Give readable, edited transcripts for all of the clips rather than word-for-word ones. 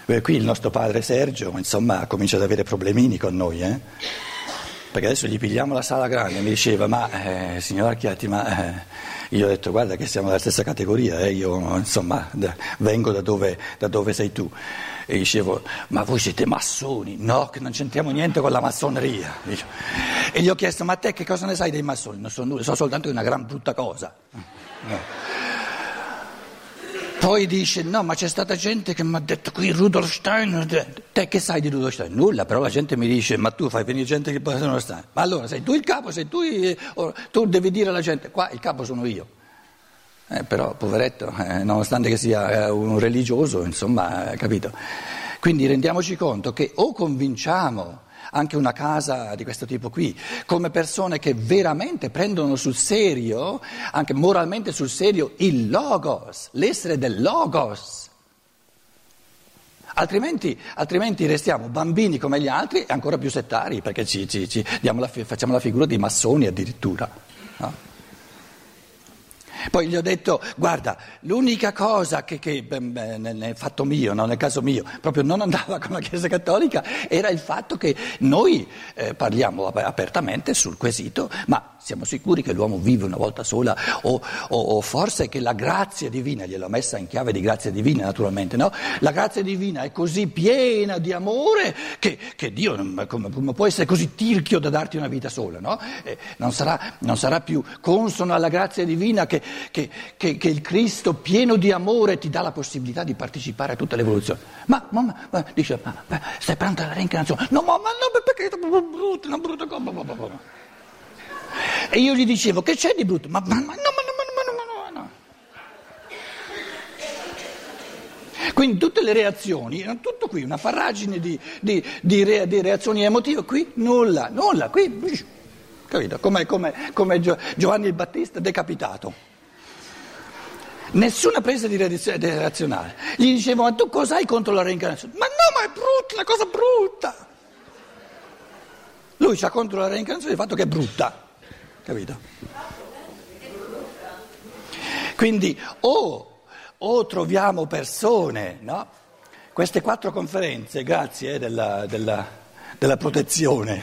Qui il nostro padre Sergio, insomma, comincia ad avere problemini con noi, perché adesso gli pigliamo la sala grande. Mi diceva, signor Archiati, io ho detto, guarda che siamo della stessa categoria, io insomma vengo da dove sei tu. E dicevo, ma voi siete massoni? No, che non c'entriamo niente con la massoneria. E gli ho chiesto, ma te che cosa ne sai dei massoni? Non so nulla, so soltanto che è una gran brutta cosa. Poi dice, no, ma c'è stata gente che mi ha detto qui Rudolf Steiner, te che sai di Rudolf Steiner? Nulla, però la gente mi dice, ma tu fai venire gente che può essere uno Steiner. Ma allora sei tu il capo, tu devi dire alla gente, qua il capo sono io. Però, poveretto, nonostante che sia un religioso, insomma, capito? Quindi rendiamoci conto che o convinciamo anche una casa di questo tipo qui, come persone che veramente prendono sul serio, anche moralmente sul serio, il logos, l'essere del logos. Altrimenti restiamo bambini come gli altri e ancora più settari, perché facciamo la figura di massoni addirittura, no? Poi gli ho detto, guarda, l'unica cosa che nel fatto mio, no, nel caso mio, proprio non andava con la Chiesa Cattolica, era il fatto che noi parliamo apertamente sul quesito, ma siamo sicuri che l'uomo vive una volta sola o forse che la grazia divina, gliel'ho messa in chiave di grazia divina naturalmente, no? La grazia divina è così piena di amore che Dio come può essere così tirchio da darti una vita sola, no? Non sarà più consono alla grazia divina che il Cristo pieno di amore ti dà la possibilità di partecipare a tutta l'evoluzione. Ma dice, stai parlando della reincarnazione? No, ma no, perché è una brutta cosa. E io gli dicevo, che c'è di brutto? Ma no. Quindi tutte le reazioni, tutto qui, una farragine di reazioni emotive, qui nulla, qui, capito? Come Giovanni il Battista decapitato. Nessuna presa di razionale. Gli dicevo, ma tu cos'hai contro la reincarnazione? Ma no, ma è brutta, una cosa brutta. Lui c'ha contro la reincarnazione il fatto che è brutta, capito? Quindi o troviamo persone, no? Queste 4 conferenze, grazie della protezione.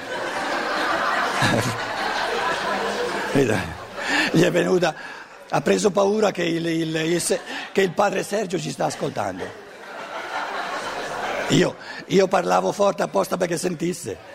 Gli è venuta, ha preso paura che il padre Sergio ci sta ascoltando. Io parlavo forte apposta perché sentisse.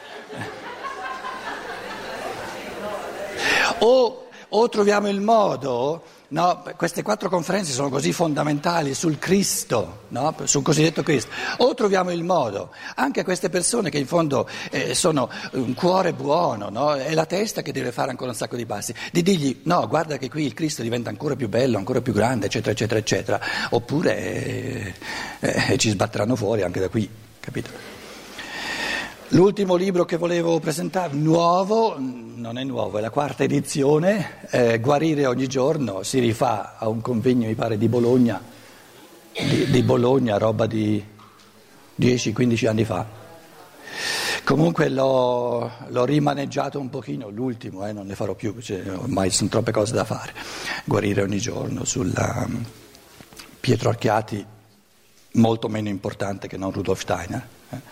O troviamo il modo, no? Queste 4 conferenze sono così fondamentali sul Cristo, no? Sul cosiddetto Cristo. O troviamo il modo, anche a queste persone che in fondo sono un cuore buono, no? È la testa che deve fare ancora un sacco di passi, di dirgli no, guarda che qui il Cristo diventa ancora più bello, ancora più grande, eccetera, eccetera, eccetera. Oppure ci sbatteranno fuori anche da qui, capito? L'ultimo libro che volevo presentare, nuovo, non è nuovo, è la 4ª edizione, Guarire ogni giorno, si rifà a un convegno, mi pare, di Bologna, roba di 10-15 anni fa. Comunque l'ho rimaneggiato un pochino, l'ultimo, non ne farò più, ormai sono troppe cose da fare. Guarire ogni giorno, sulla Pietro Archiati, molto meno importante che non Rudolf Steiner.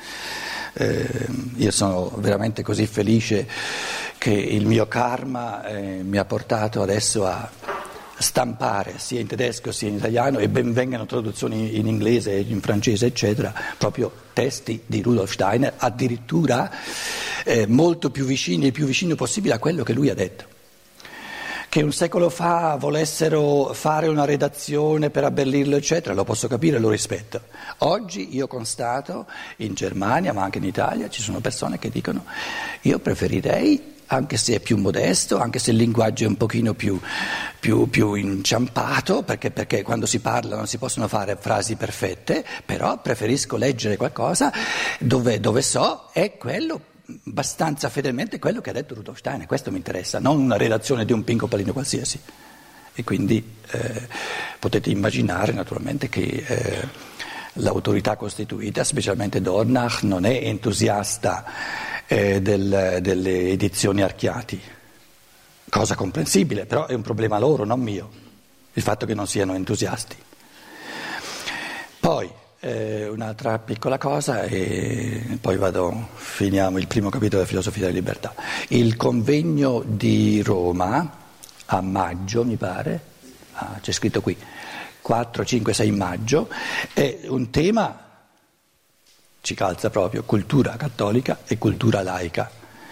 Io sono veramente così felice che il mio karma mi ha portato adesso a stampare sia in tedesco sia in italiano, e ben vengano traduzioni in inglese, in francese, eccetera, proprio testi di Rudolf Steiner, addirittura molto più vicini, il più vicino possibile a quello che lui ha detto. Che un secolo fa volessero fare una redazione per abbellirlo, eccetera, lo posso capire, lo rispetto. Oggi io constato, in Germania ma anche in Italia, ci sono persone che dicono io preferirei, anche se è più modesto, anche se il linguaggio è un pochino più inciampato, perché quando si parla non si possono fare frasi perfette, però preferisco leggere qualcosa dove so è quello, abbastanza fedelmente quello che ha detto Rudolf Steiner. Questo mi interessa, non una redazione di un pinco palino qualsiasi. E quindi potete immaginare naturalmente che l'autorità costituita, specialmente Dornach, non è entusiasta delle edizioni Archiati, cosa comprensibile, però è un problema loro, non mio, il fatto che non siano entusiasti. Poi un'altra piccola cosa e poi finiamo il primo capitolo della filosofia della libertà. Il convegno di Roma a maggio, mi pare, c'è scritto qui, 4, 5, 6 maggio, è un tema, ci calza proprio, cultura cattolica e cultura laica.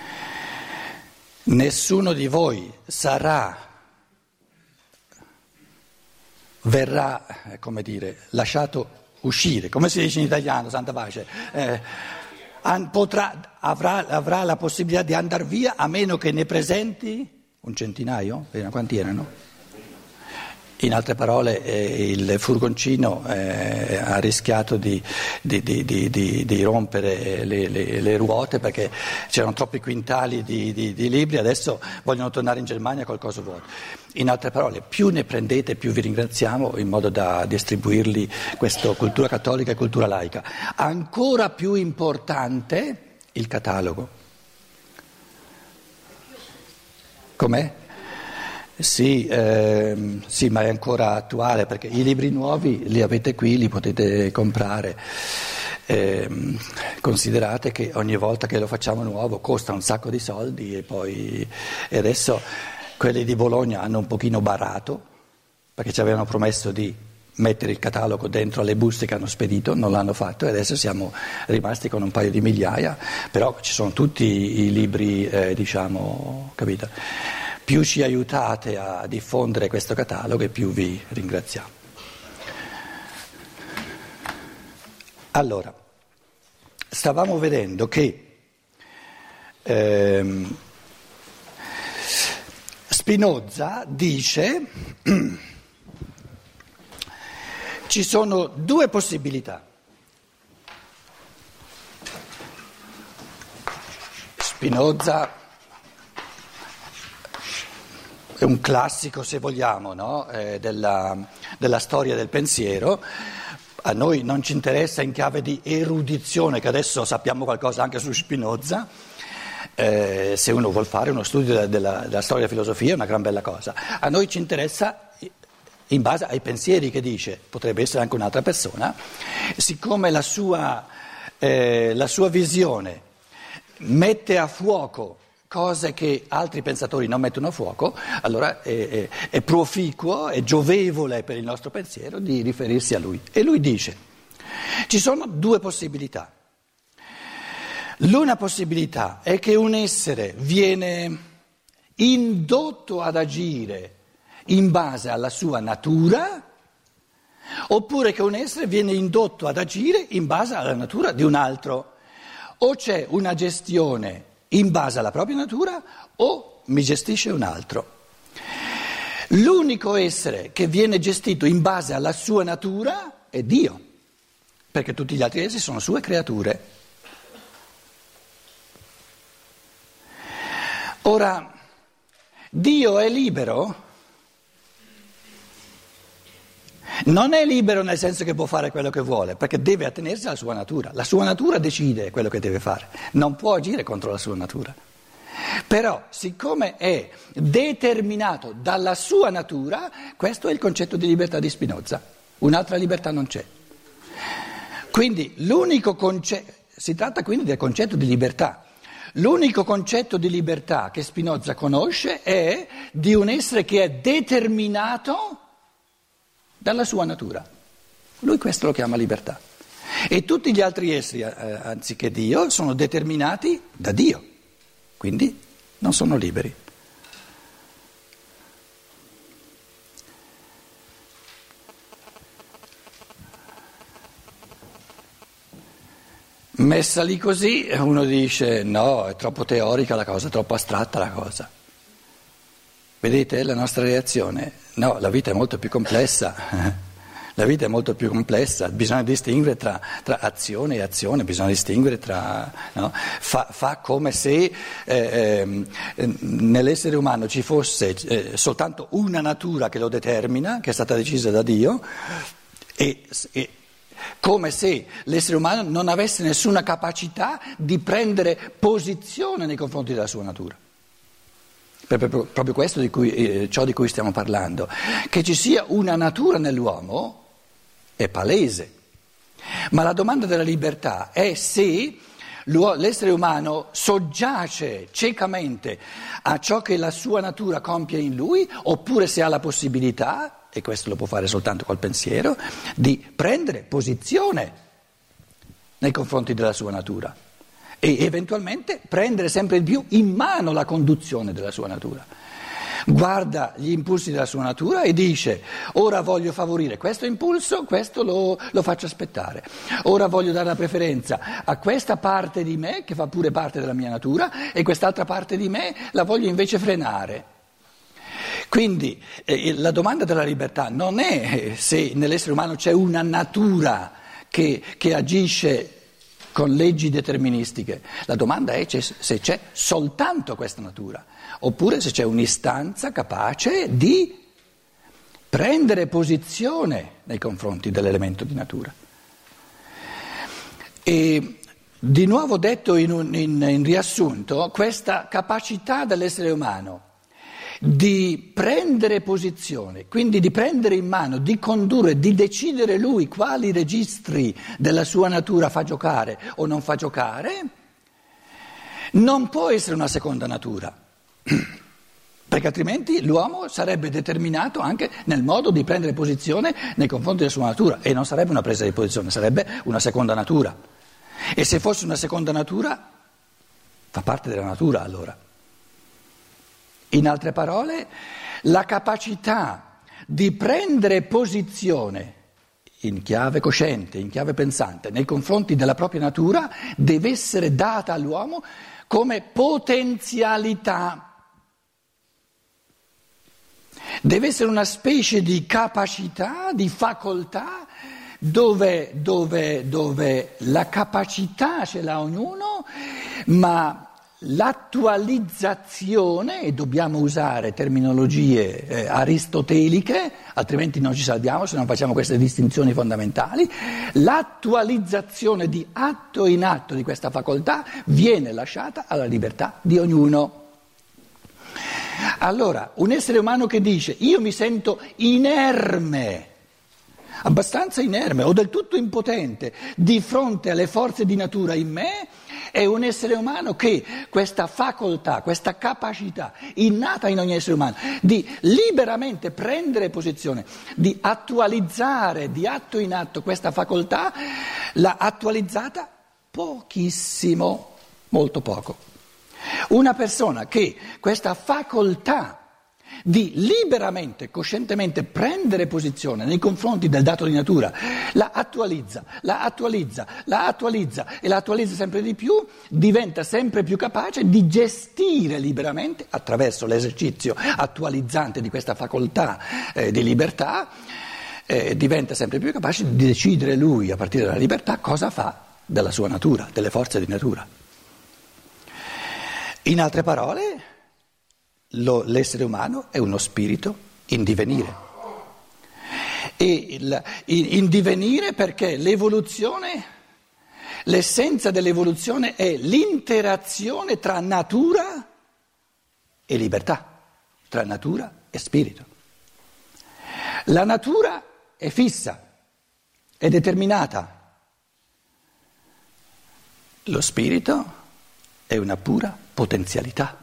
Nessuno di voi verrà, come dire, lasciato uscire, come si dice in italiano, santa pace, avrà la possibilità di andare via a meno che ne presenti un centinaio, quanti erano? In altre parole, il furgoncino ha rischiato di rompere le ruote perché c'erano troppi quintali di libri, adesso vogliono tornare in Germania col coso vuoto. In altre parole, più ne prendete, più vi ringraziamo in modo da distribuirli questa cultura cattolica e cultura laica. Ancora più importante il catalogo. Com'è? Sì, ma è ancora attuale perché i libri nuovi li avete qui, li potete comprare. Considerate che ogni volta che lo facciamo nuovo costa un sacco di soldi e adesso quelli di Bologna hanno un pochino barato perché ci avevano promesso di mettere il catalogo dentro alle buste che hanno spedito, non l'hanno fatto e adesso siamo rimasti con un paio di migliaia, però ci sono tutti i libri, capito? Più ci aiutate a diffondere questo catalogo e più vi ringraziamo. Allora, stavamo vedendo che Spinoza dice ci sono due possibilità. Spinoza è un classico, se vogliamo, no? della storia del pensiero. A noi non ci interessa in chiave di erudizione, che adesso sappiamo qualcosa anche su Spinoza. Se uno vuol fare uno studio della storia della filosofia è una gran bella cosa. A noi ci interessa in base ai pensieri che dice, potrebbe essere anche un'altra persona, siccome la sua visione mette a fuoco cose che altri pensatori non mettono a fuoco, allora è proficuo, è giovevole per il nostro pensiero di riferirsi a lui. E lui dice, ci sono due possibilità. L'una possibilità è che un essere viene indotto ad agire in base alla sua natura, oppure che un essere viene indotto ad agire in base alla natura di un altro. O c'è una gestione in base alla propria natura o mi gestisce un altro. L'unico essere che viene gestito in base alla sua natura è Dio, perché tutti gli altri esseri sono sue creature. Ora, Dio è libero? Non è libero nel senso che può fare quello che vuole, perché deve attenersi alla sua natura. La sua natura decide quello che deve fare, non può agire contro la sua natura. Però, siccome è determinato dalla sua natura, questo è il concetto di libertà di Spinoza. Un'altra libertà non c'è. Quindi l'unico concetto, si tratta quindi del concetto di libertà. L'unico concetto di libertà che Spinoza conosce è di un essere che è determinato dalla sua natura. Lui questo lo chiama libertà. E tutti gli altri esseri, anziché Dio, sono determinati da Dio, quindi non sono liberi. Messa lì così, uno dice no, è troppo teorica la cosa, è troppo astratta la cosa. Vedete la nostra reazione? No, la vita è molto più complessa. La vita è molto più complessa, bisogna distinguere tra azione e azione, bisogna distinguere tra... No? Fa come se nell'essere umano ci fosse soltanto una natura che lo determina, che è stata decisa da Dio, e come se l'essere umano non avesse nessuna capacità di prendere posizione nei confronti della sua natura. Proprio questo ciò di cui stiamo parlando. Che ci sia una natura nell'uomo è palese, Ma la domanda della libertà è se l'essere umano soggiace ciecamente a ciò che la sua natura compie in lui, oppure se ha la possibilità, e questo lo può fare soltanto col pensiero, di prendere posizione nei confronti della sua natura e eventualmente prendere sempre di più in mano la conduzione della sua natura. Guarda gli impulsi della sua natura e dice: ora voglio favorire questo impulso, questo lo faccio aspettare. Ora voglio dare la preferenza a questa parte di me che fa pure parte della mia natura e quest'altra parte di me la voglio invece frenare. Quindi la domanda della libertà non è se nell'essere umano c'è una natura che agisce con leggi deterministiche. La domanda è se c'è soltanto questa natura, oppure se c'è un'istanza capace di prendere posizione nei confronti dell'elemento di natura. E di nuovo detto in riassunto, questa capacità dell'essere umano di prendere posizione, quindi di prendere in mano, di condurre, di decidere lui quali registri della sua natura fa giocare o non fa giocare, non può essere una seconda natura, perché altrimenti l'uomo sarebbe determinato anche nel modo di prendere posizione nei confronti della sua natura, e non sarebbe una presa di posizione, sarebbe una seconda natura. E se fosse una seconda natura, fa parte della natura allora. In altre parole, la capacità di prendere posizione in chiave cosciente, in chiave pensante, nei confronti della propria natura, deve essere data all'uomo come potenzialità. Deve essere una specie di capacità, di facoltà, dove la capacità ce l'ha ognuno, ma l'attualizzazione, e dobbiamo usare terminologie aristoteliche, altrimenti non ci salviamo se non facciamo queste distinzioni fondamentali, l'attualizzazione di atto in atto di questa facoltà viene lasciata alla libertà di ognuno. Allora, un essere umano che dice: io mi sento inerme, abbastanza inerme o del tutto impotente di fronte alle forze di natura in me, è un essere umano che questa facoltà, questa capacità innata in ogni essere umano di liberamente prendere posizione, di attualizzare di atto in atto questa facoltà, l'ha attualizzata pochissimo, molto poco. Una persona che questa facoltà di liberamente, coscientemente prendere posizione nei confronti del dato di natura, la attualizza e la attualizza sempre di più, diventa sempre più capace di gestire liberamente, attraverso l'esercizio attualizzante di questa facoltà di libertà, diventa sempre più capace di decidere lui, a partire dalla libertà, cosa fa della sua natura, delle forze di natura. In altre parole, l'essere umano è uno spirito in divenire. E in divenire perché l'evoluzione, l'essenza dell'evoluzione è l'interazione tra natura e libertà, tra natura e spirito. La natura è fissa, è determinata. Lo spirito è una pura potenzialità,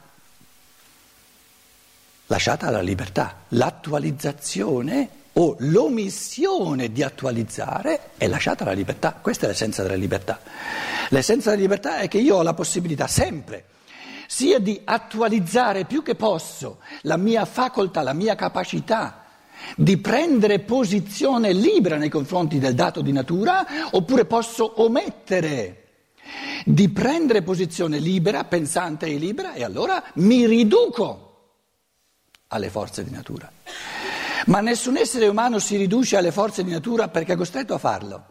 lasciata alla libertà. L'attualizzazione o l'omissione di attualizzare è lasciata alla libertà. Questa è l'essenza della libertà. L'essenza della libertà è che io ho la possibilità sempre sia di attualizzare più che posso la mia facoltà, la mia capacità di prendere posizione libera nei confronti del dato di natura, oppure posso omettere di prendere posizione libera, pensante e libera, e allora mi riduco alle forze di natura. Ma nessun essere umano si riduce alle forze di natura perché è costretto a farlo.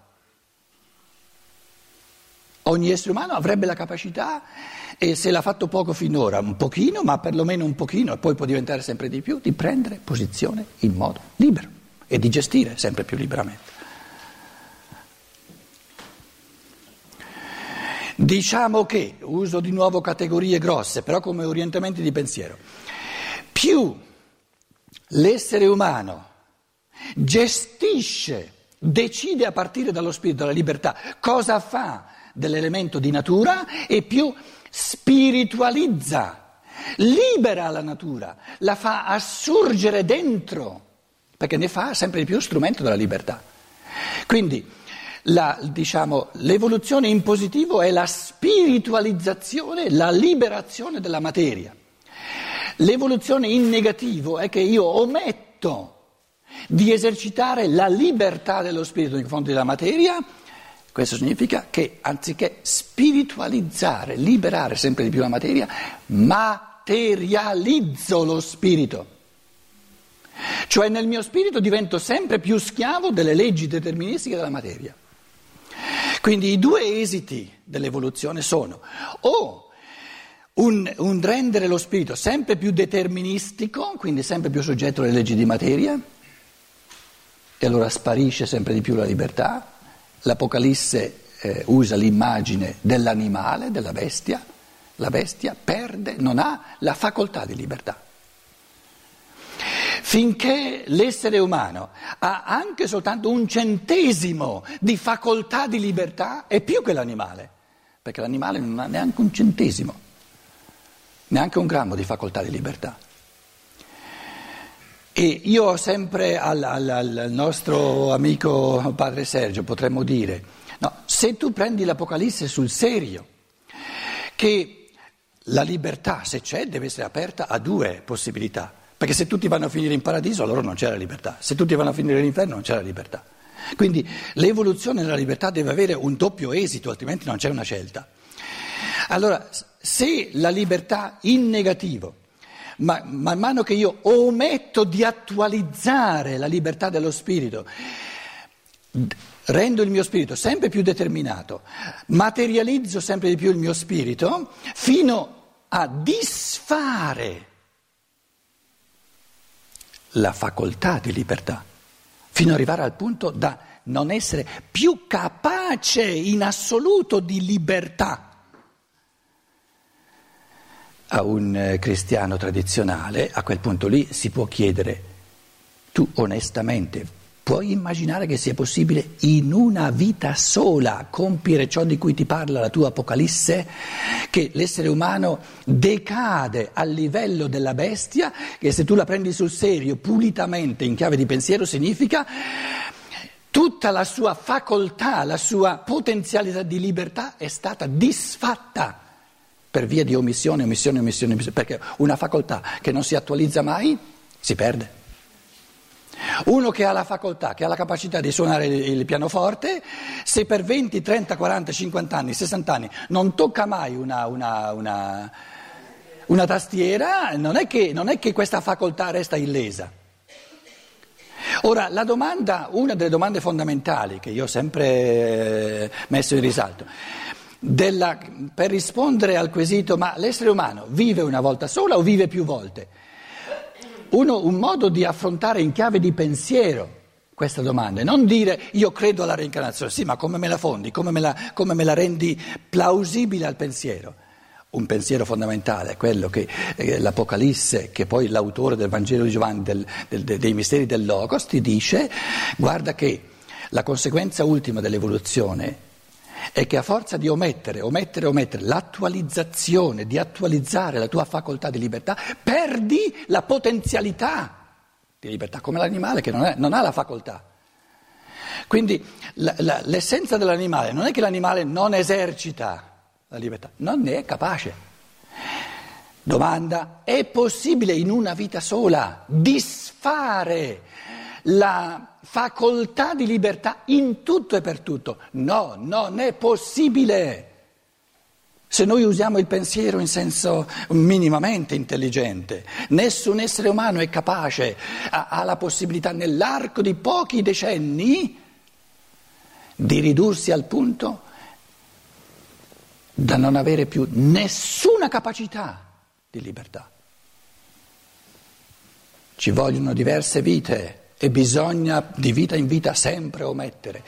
Ogni essere umano avrebbe la capacità, e se l'ha fatto poco finora, un pochino, ma perlomeno un pochino, e poi può diventare sempre di più, di prendere posizione in modo libero e di gestire sempre più liberamente. Diciamo che, uso di nuovo categorie grosse, però come orientamenti di pensiero, più l'essere umano gestisce decide a partire dallo spirito, dalla libertà, cosa fa dell'elemento di natura e più spiritualizza, libera la natura, la fa assurgere dentro, perché ne fa sempre di più strumento della libertà. Quindi l'evoluzione in positivo è la spiritualizzazione, la liberazione della materia. L'evoluzione in negativo è che io ometto di esercitare la libertà dello spirito nei confronti della materia. Questo significa che anziché spiritualizzare, liberare sempre di più la materia, materializzo lo spirito. Cioè nel mio spirito divento sempre più schiavo delle leggi deterministiche della materia. Quindi i due esiti dell'evoluzione sono o un rendere lo spirito sempre più deterministico, quindi sempre più soggetto alle leggi di materia, e allora sparisce sempre di più la libertà. L'Apocalisse usa l'immagine dell'animale, della bestia, la bestia perde, non ha la facoltà di libertà. Finché l'essere umano ha anche soltanto 1/100 di facoltà di libertà, è più che l'animale, perché l'animale non ha neanche 1/100, neanche 1 grammo di facoltà di libertà. E io ho sempre al nostro amico padre Sergio potremmo dire, no, se tu prendi l'Apocalisse sul serio, che la libertà, se c'è, deve essere aperta a 2 possibilità. Perché se tutti vanno a finire in paradiso allora non c'è la libertà, se tutti vanno a finire all'inferno non c'è la libertà. Quindi l'evoluzione della libertà deve avere un doppio esito, altrimenti non c'è una scelta. Allora, se la libertà in negativo, man mano che io ometto di attualizzare la libertà dello spirito, rendo il mio spirito sempre più determinato, materializzo sempre di più il mio spirito, fino a disfare la facoltà di libertà, fino ad arrivare al punto da non essere più capace in assoluto di libertà. A un cristiano tradizionale, a quel punto lì si può chiedere, tu onestamente puoi immaginare che sia possibile in una vita sola compiere ciò di cui ti parla la tua Apocalisse? Che l'essere umano decade al livello della bestia, che se tu la prendi sul serio, pulitamente, in chiave di pensiero, significa tutta la sua facoltà, la sua potenzialità di libertà è stata disfatta per via di omissione, perché una facoltà che non si attualizza mai si perde. Uno che ha la facoltà, che ha la capacità di suonare il pianoforte, se per 20, 30, 40, 50 anni, 60 anni non tocca mai una tastiera, non è che questa facoltà resta illesa. Ora, una delle domande fondamentali che io ho sempre messo in risalto, per rispondere al quesito, ma l'essere umano vive una volta sola o vive più volte? Un modo di affrontare in chiave di pensiero questa domanda, e non dire io credo alla reincarnazione, sì, ma come me la fondi, come me la rendi plausibile al pensiero? Un pensiero fondamentale è quello che l'Apocalisse, che poi l'autore del Vangelo di Giovanni, dei misteri del Logos, ti dice, guarda che la conseguenza ultima dell'evoluzione è che a forza di omettere l'attualizzazione, di attualizzare la tua facoltà di libertà, perdi la potenzialità di libertà, come l'animale che non ha la facoltà. Quindi l'essenza dell'animale non è che l'animale non esercita la libertà, non ne è capace. Domanda, è possibile in una vita sola disfare la facoltà di libertà in tutto e per tutto? No, non è possibile. Se noi usiamo il pensiero in senso minimamente intelligente, nessun essere umano è capace, ha la possibilità nell'arco di pochi decenni di ridursi al punto da non avere più nessuna capacità di libertà. Ci vogliono diverse vite. E bisogna di vita in vita sempre omettere,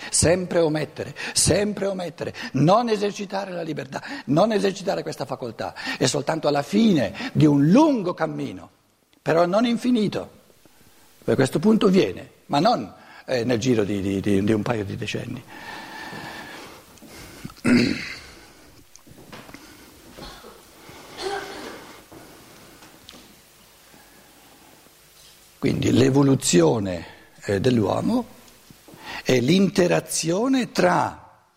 non esercitare la libertà, non esercitare questa facoltà. E soltanto alla fine di un lungo cammino, però non infinito, per questo punto viene, ma non nel giro di un paio di decenni. Quindi l'evoluzione dell'uomo è l'interazione tra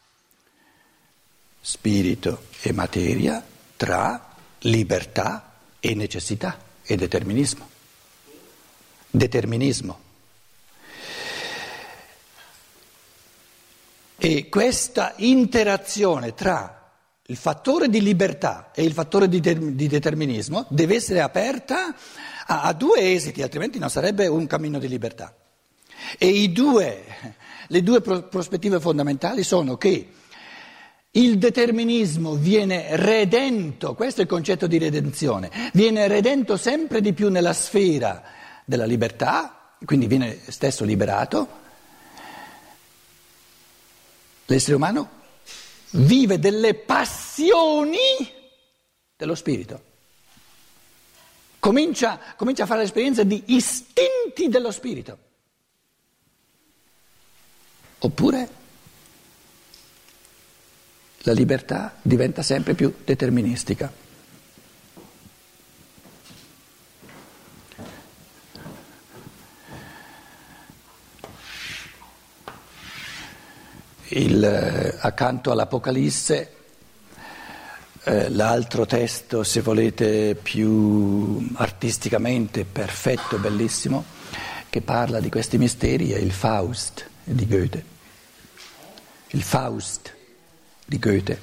spirito e materia, tra libertà e necessità e determinismo. Determinismo. E questa interazione tra il fattore di libertà e il fattore di determinismo deve essere aperta a due esiti, altrimenti non sarebbe un cammino di libertà. E le due prospettive fondamentali sono che il determinismo viene redento, questo è il concetto di redenzione, viene redento sempre di più nella sfera della libertà, quindi viene stesso liberato. L'essere umano vive delle passioni dello spirito, comincia a fare l'esperienza di istinti dello spirito, oppure la libertà diventa sempre più deterministica. Accanto all'Apocalisse, l'altro testo, se volete, più artisticamente perfetto, bellissimo, che parla di questi misteri è il Faust di Goethe. Il Faust di Goethe.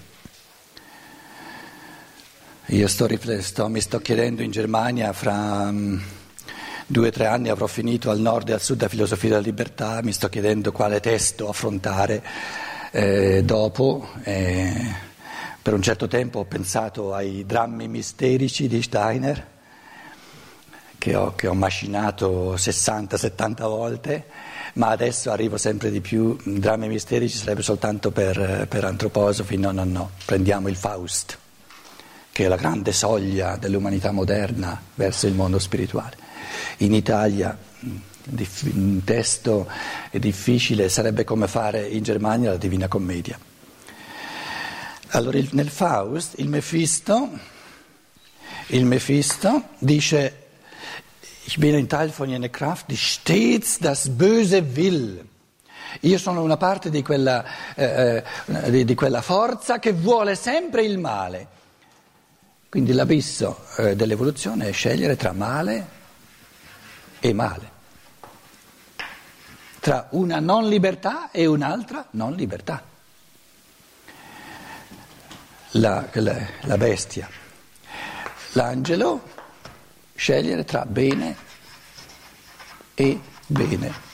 Io mi sto chiedendo in Germania, fra 2 o 3 anni avrò finito al nord e al sud la filosofia della libertà, mi sto chiedendo quale testo affrontare dopo. Per un certo tempo ho pensato ai drammi misterici di Steiner, che ho macinato 60-70 volte, ma adesso arrivo sempre di più, drammi misterici sarebbe soltanto per antroposofi, no, prendiamo il Faust, che è la grande soglia dell'umanità moderna verso il mondo spirituale. In Italia un testo è difficile, sarebbe come fare in Germania la Divina Commedia. Allora nel Faust il Mefisto dice: Ich bin ein Teil von jener Kraft, die stets das Böse will. Io sono una parte di quella forza che vuole sempre il male. Quindi l'abisso dell'evoluzione è scegliere tra male e male, tra una non libertà e un'altra non libertà. La bestia, l'angelo, scegliere tra bene e bene.